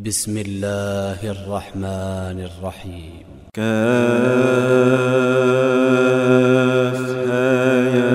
بسم الله الرحمن الرحيم. كافها يا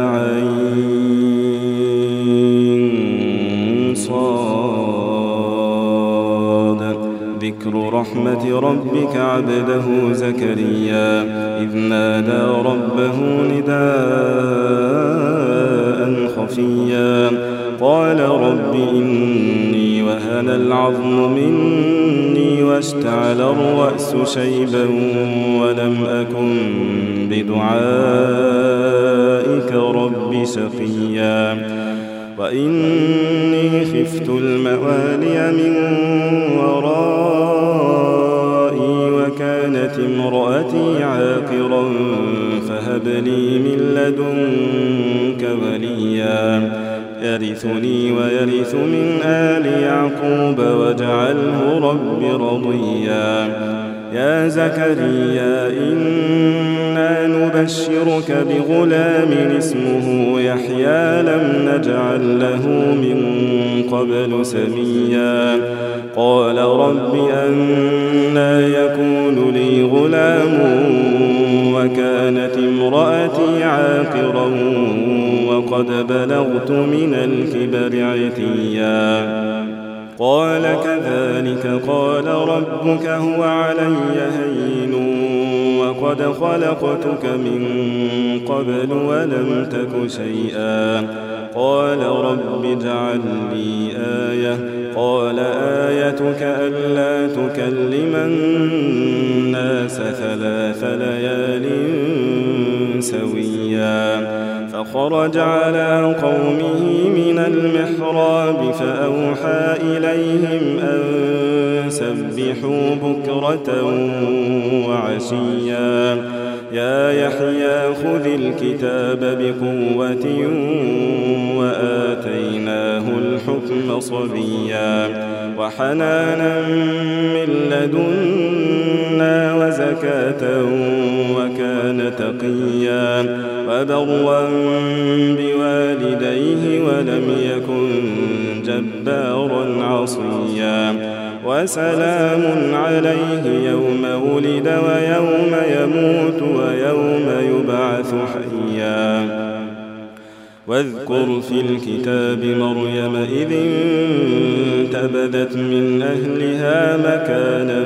عين صاد. ذكر رحمة ربك عبده زكريا إذ نادى ربه نداء خفيا قال رب إني وهن العظم مني واشتعل الرأس شيبا ولم أكن بدعائك رب شقيا وإني خفت الموالي من ورائي وكانت امرأتي عاقرا فهب لي من لدنك وليا يرثني ويرث من آل يعقوب واجعله رب رضيا. يا زكريا إنا نبشرك بغلام اسمه يحيى لم نجعل له من قبل سميا قال رب أنى يكون لي غلام وكانت امرأتي عاقرا وقد بلغت من الكبر عتيا قال كذلك قال ربك هو علي هين وقد خلقتك من قبل ولم تك شيئا قال رب اجعل لي آية قال آيتك ألا تكلم الناس 3 ليال سويا فخرج على قومه من المحراب فأوحى إليهم أن سبحوا بكرة وعشيا يا يحيى خذ الكتاب بقوة وآتيناه الحكم صبيا وحنانا من لدنا وزكاة وكان تقيا وبرا بوالديه ولم يكن جبارا عصيا وسلام عليه يوم ولد ويوم يموت ويوم يبعث حيا واذكر في الكتاب مريم إذ انتبذت من أهلها مكانا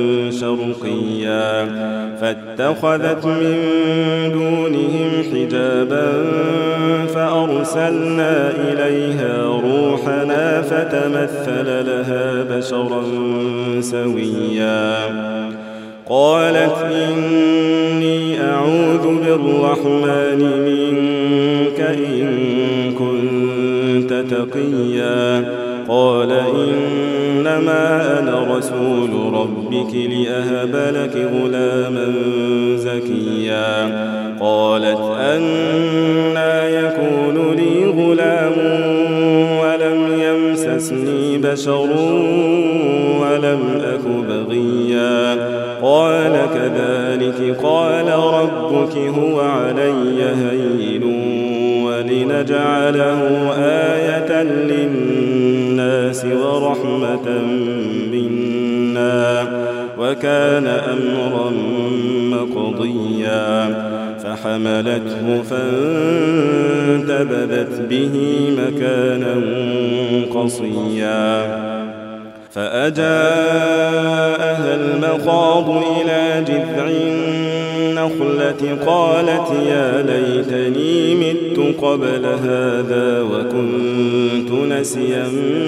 شرقيا فاتخذت من دونهم حجابا فأرسلنا إليها روحنا فتمثل لها بشرا سويا قالت إني أعوذ بالرحمن منك إن كنت تقيا قال إنما أنا رسول ربك لأهب لك غلاما زكيا قالت أنى يكون لي غلام ولم يمسسني بشر ولم أك بغيا قال كذلك قال ربك هو علي هين ولنجعله آية للناس ورحمة منا وكان أمرا مقضيا فحملته فانتبذت به مكانا قصيا فأجاءها المخاض إلى جذع النخلة قالت يا ليتني مت قبل هذا وكنت نسيا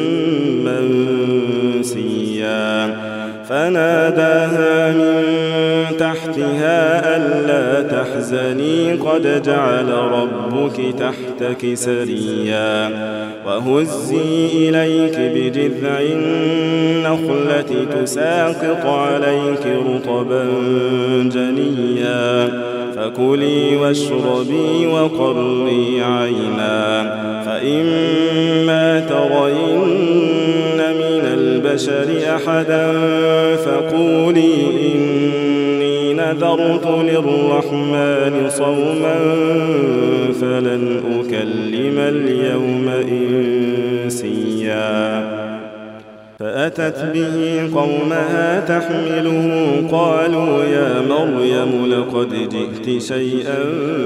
منسيا فناداها من تحتها ألا تحزني قد جعل ربك تحتك سريا وهزي إليك بجذع النخلة تساقط عليك رطبا جنيا فكلي واشربي وقري عينا فإما ترين من البشر أحدا فقولي إني نذرت للرحمن صوما فلن أكلم اليوم إنسيا فأتت به قومها تحمله قالوا يا مريم لقد جئت شيئا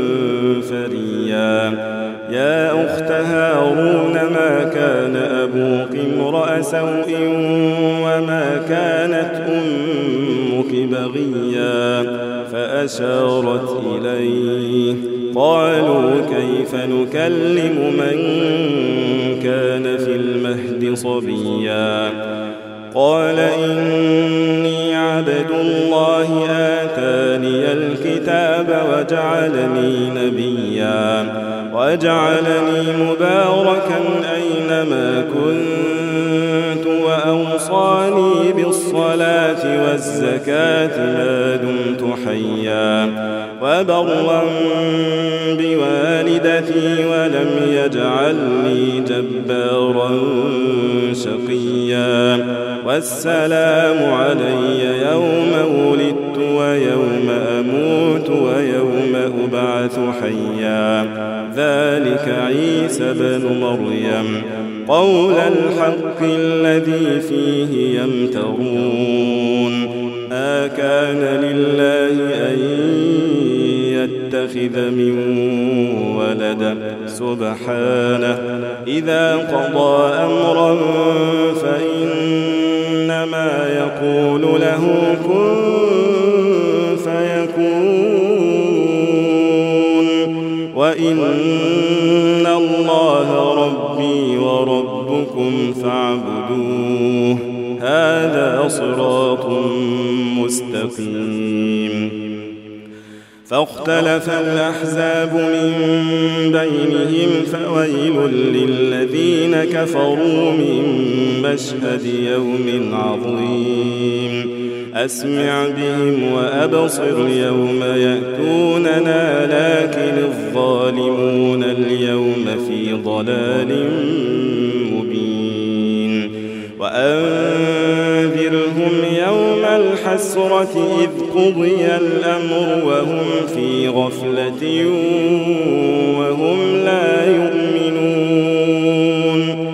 فريا يا أخت هارون ما كان أبوك امرأ سوء وما كانت أمك بغيا فأشارت إليه قالوا كيف نكلم من كان في المهد صبيا قال إني عبد الله آتاني الكتاب وجعلني نبيا وجعلني مباركا أينما كنت وأوصاني بالصلاة والزكاة ما دمت حيا وبرا بوالدتي ولم يجعلني جبارا شقيا والسلام علي يوم ولدت ويوم أموت ويوم أبعث حيا ذلك عيسى بن مريم قول الحق الذي فيه يمترون كان لله أن يتخذ من ولد سبحانه إذا قضى أمرا فإنما يقول له كن فيكون وإن الله ربي وربكم فاعبدوه هذا صراط مستقيم فاختلف الأحزاب من بينهم فويل للذين كفروا من مشهد يوم عظيم أسمع بهم وأبصر يوم يأتوننا لكن الظالمون اليوم في ضلال مبين وأنذرهم يوم الحسرة إذ قضي الأمر وهم في غفلة وهم لا يؤمنون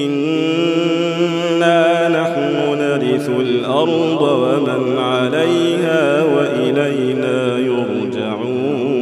إنا نحن نرث الأرض ومن عليها وإلينا يرجعون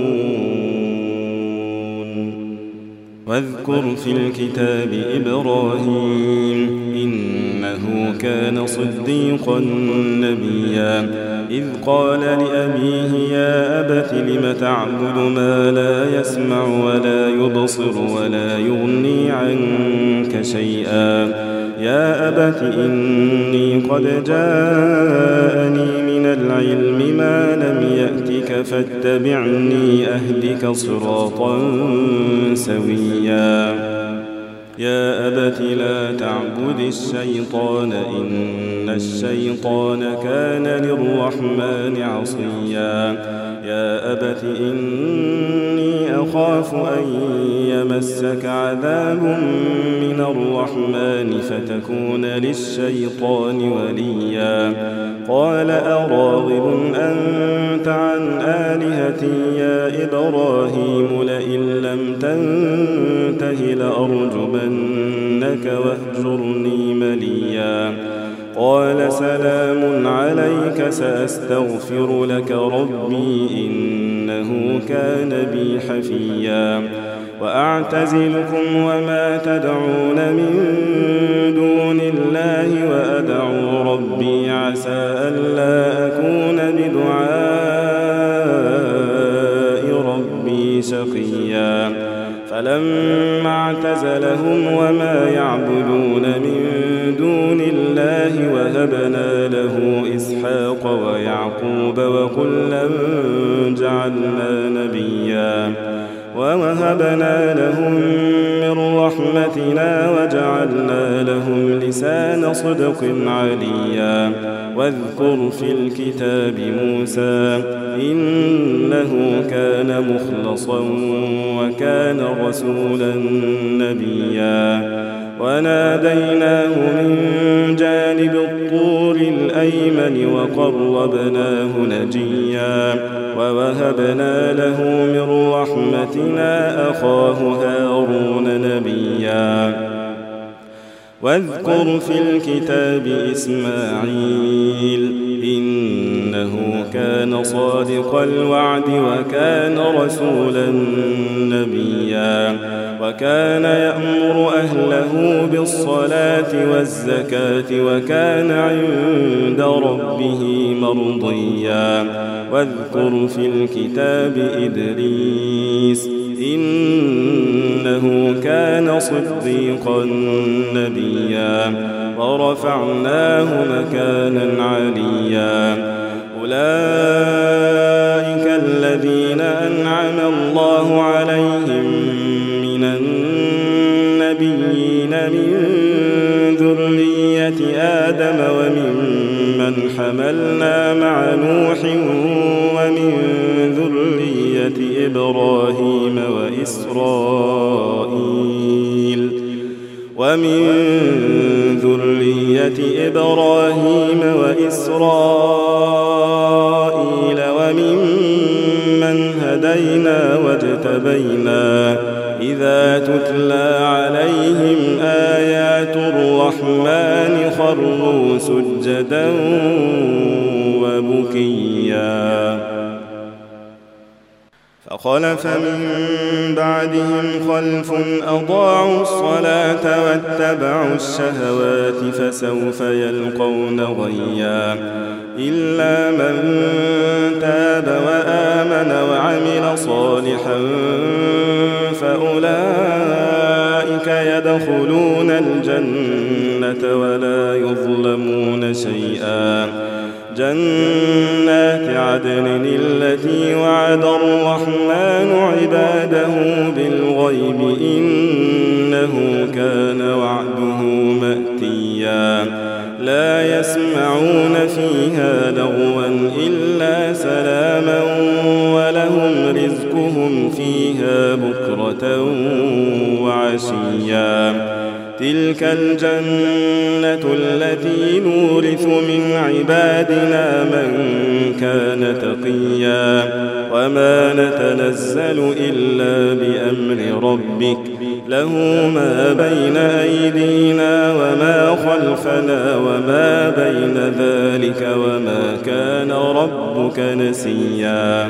واذكر في الكتاب إبراهيم إنه كان صديقا نبيا إذ قال لأبيه يا أبت لم تعبد ما لا يسمع ولا يبصر ولا يغني عنك شيئا يا أبت إني قد جاءني من العلم ما لم يأتك فاتبعني أهدك صراطا سويا يا أبت لا تعبد الشيطان إن الشيطان كان للرحمن عصيا يا أبت إني أخاف أن يمسك عذاب من الرحمن فتكون للشيطان وليا قال أراغب أنت عن آلهتي يا إبراهيم لئن لم تنته لأرجمنك واهجرني مليا قال سلام عليك سأستغفر لك ربي إنه كان بي حفيا وأعتزلكم وما تدعون من دون الله وأدعو ربي عسى ألا أكون بدعاء ربي شقيا فلما اعتزلهم وما يعبدون من دون الله وهبنا له إسحاق ويعقوب وكلا جعلنا نبيا ووهبنا لهم من رحمتنا وجعلنا لهم لسان صدق عليا واذكر في الكتاب موسى إنه كان مخلصا وكان رسولا نبيا وناديناه من جانب الطور الأيمن وقربناه نجيا ووهبنا له من رحمتنا أخاه هارون نبيا واذكر في الكتاب إسماعيل إنه كان صادق الوعد وكان رسولا نبيا وكان يأمر أهله بالصلاة والزكاة وكان عند ربه مرضيا واذكر في الكتاب إدريس إنه كان صديقا نبيا ورفعناه مكانا عليا أولئك الذين أنعم الله عليهم من النبيين من ذرية آدم وممن حملنا مع نوح ومن ذرية إبراهيم وإسرائيل وممن هدينا واجتبينا إذا تتلى عليهم آيات الرحمن خروا سجدا وبكيا فخلف من بعدهم خلف أضاعوا الصلاة واتبعوا الشهوات فسوف يلقون غيا إلا من تاب وآمن وعمل صالحا فأولئك يدخلون الجنة ولا يظلمون شيئا جنات عدن التي وعد الرحمن عباده بالغيب إنه كان وعده مأتيا لا يسمعون فيها لغوا إلا سلاما ولهم رزقهم فيها بكرة وعشيا تلك الجنة التي نورث من عبادنا من كان تقيا وما نتنزل إلا بأمر ربك له ما بين أيدينا وما خلفنا وما بين ذلك وما كان ربك نسيا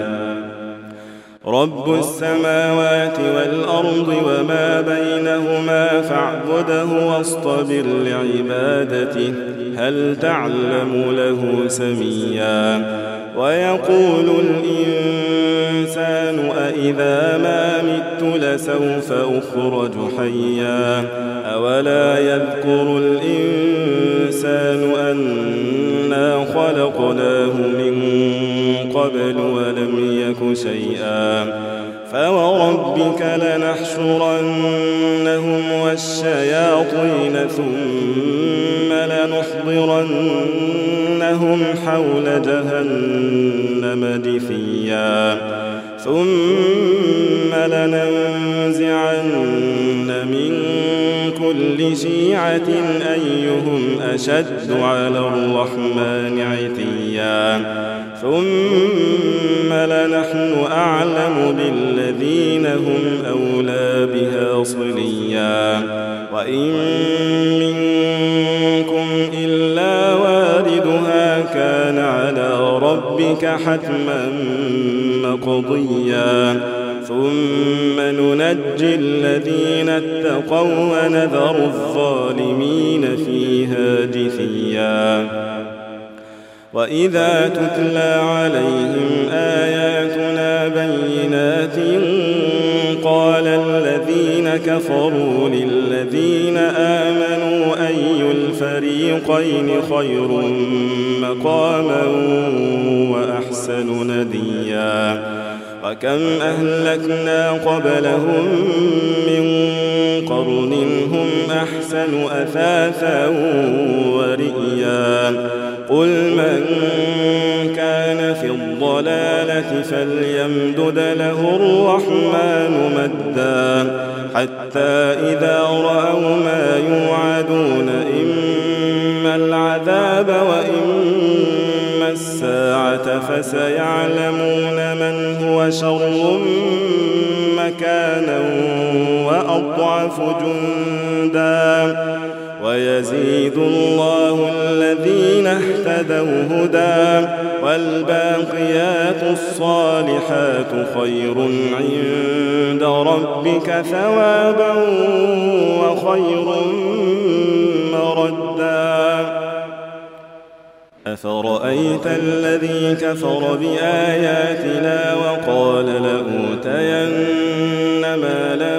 رب السماوات والأرض وما بينهما فاعبده واصطبر لعبادته هل تعلم له سميا ويقول الإنسان أإذا ما مت لسوف أخرج حيا أولا يذكر الإنسان أنا خلقناه من قبل ولم يك شيئا فوربك لنحشرنهم والشياطين ثم لنحضرنهم حول جهنم جثيا ثم لننزعن من كل شيعة أيهم أشد على الرحمن عتيا ثم لنحن أعلم بالذين هم أولى بها صليا وإن منكم إلا واردها كان على ربك حتما مقضيا ثم ننجي الذين اتقوا ونذر الظالمين فيها جثيا وإذا تتلى عليهم آياتنا بينات قال الذين كفروا للذين آمنوا أي الفريقين خير مقاما وأحسن نديا وكم أهلكنا قبلهم من قرن هم أحسن أثاثا ورئيا قل من كان في الضلالة فليمدد له الرحمن مدا حتى إذا رأوا ما يوعدون إما العذاب وإما الساعة فسيعلمون من هو شر مكانا وأضعف جندا ويزيد الله الذين اهتدوا هدى والباقيات الصالحات خير عند ربك ثوابا وخير مردا أفرأيت الذي كفر بآياتنا وقال لأوتين مالا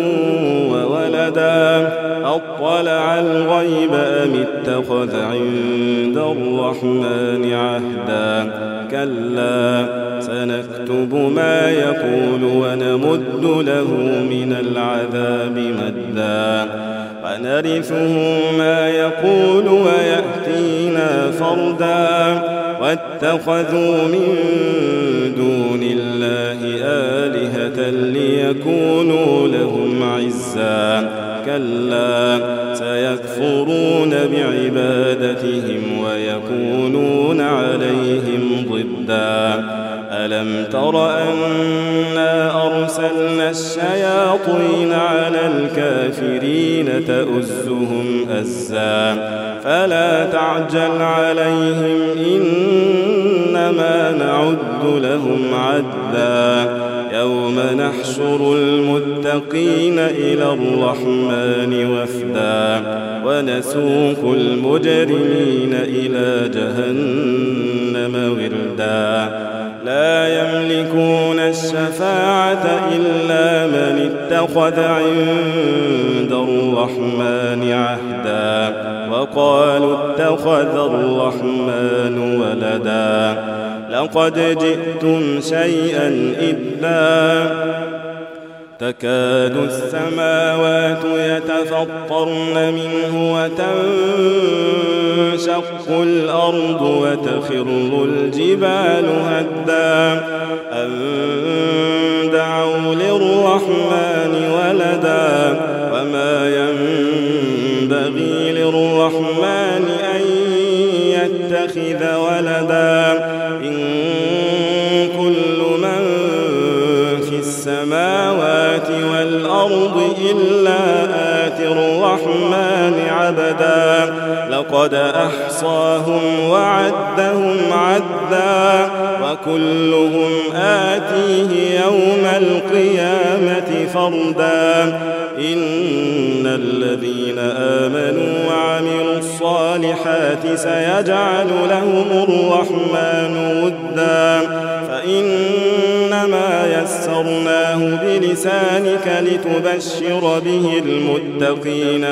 وولدا أطلع الغيب أم اتخذ عند الرحمن عهدا كلا سنكتب ما يقول ونمد له من العذاب مدا ونرثه ما يقول ويأتينا فردا واتخذوا من دون الله آلهة ليكونوا لهم عزا كلا سيكفرون بعبادتهم ويكونون عليهم ضدا ألم تر أنا أرسلنا الشياطين على الكافرين تؤزهم أزا فلا تعجل عليهم إنما نعد لهم عدا يوم نحشر المتقين إلى الرحمن وفدا ونسوق المجرمين إلى جهنم وردا لا يملكون الشفاعة إلا من اتخذ عند الرحمن عهدا وقالوا اتخذ الرحمن ولدا لقد جئتم شيئا إدا تكاد السماوات يتفطرن منه وتنشق الأرض وتخر الجبال هدا أن دعوا للرحمن ولدا وما ينبغي للرحمن أن يتخذ ولدا إن كل من في السماوات والأرض إلا آتي الرحمن عبدا لقد أحصاهم وعدهم عدا وكلهم آتيه يوم القيامة فردا إن الذين آمنوا وعملوا الصالحات سيجعل لهم الرحمن ودا فإنما يسرناه بلسانك لتبشر به المتقين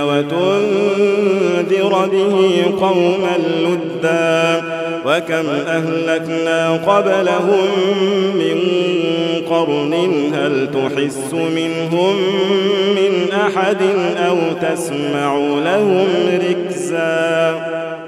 وتنذر به قوما لدا وكم أهلكنا قبلهم من قرن هل تحس منهم من أحد أو تسمع لهم ركزا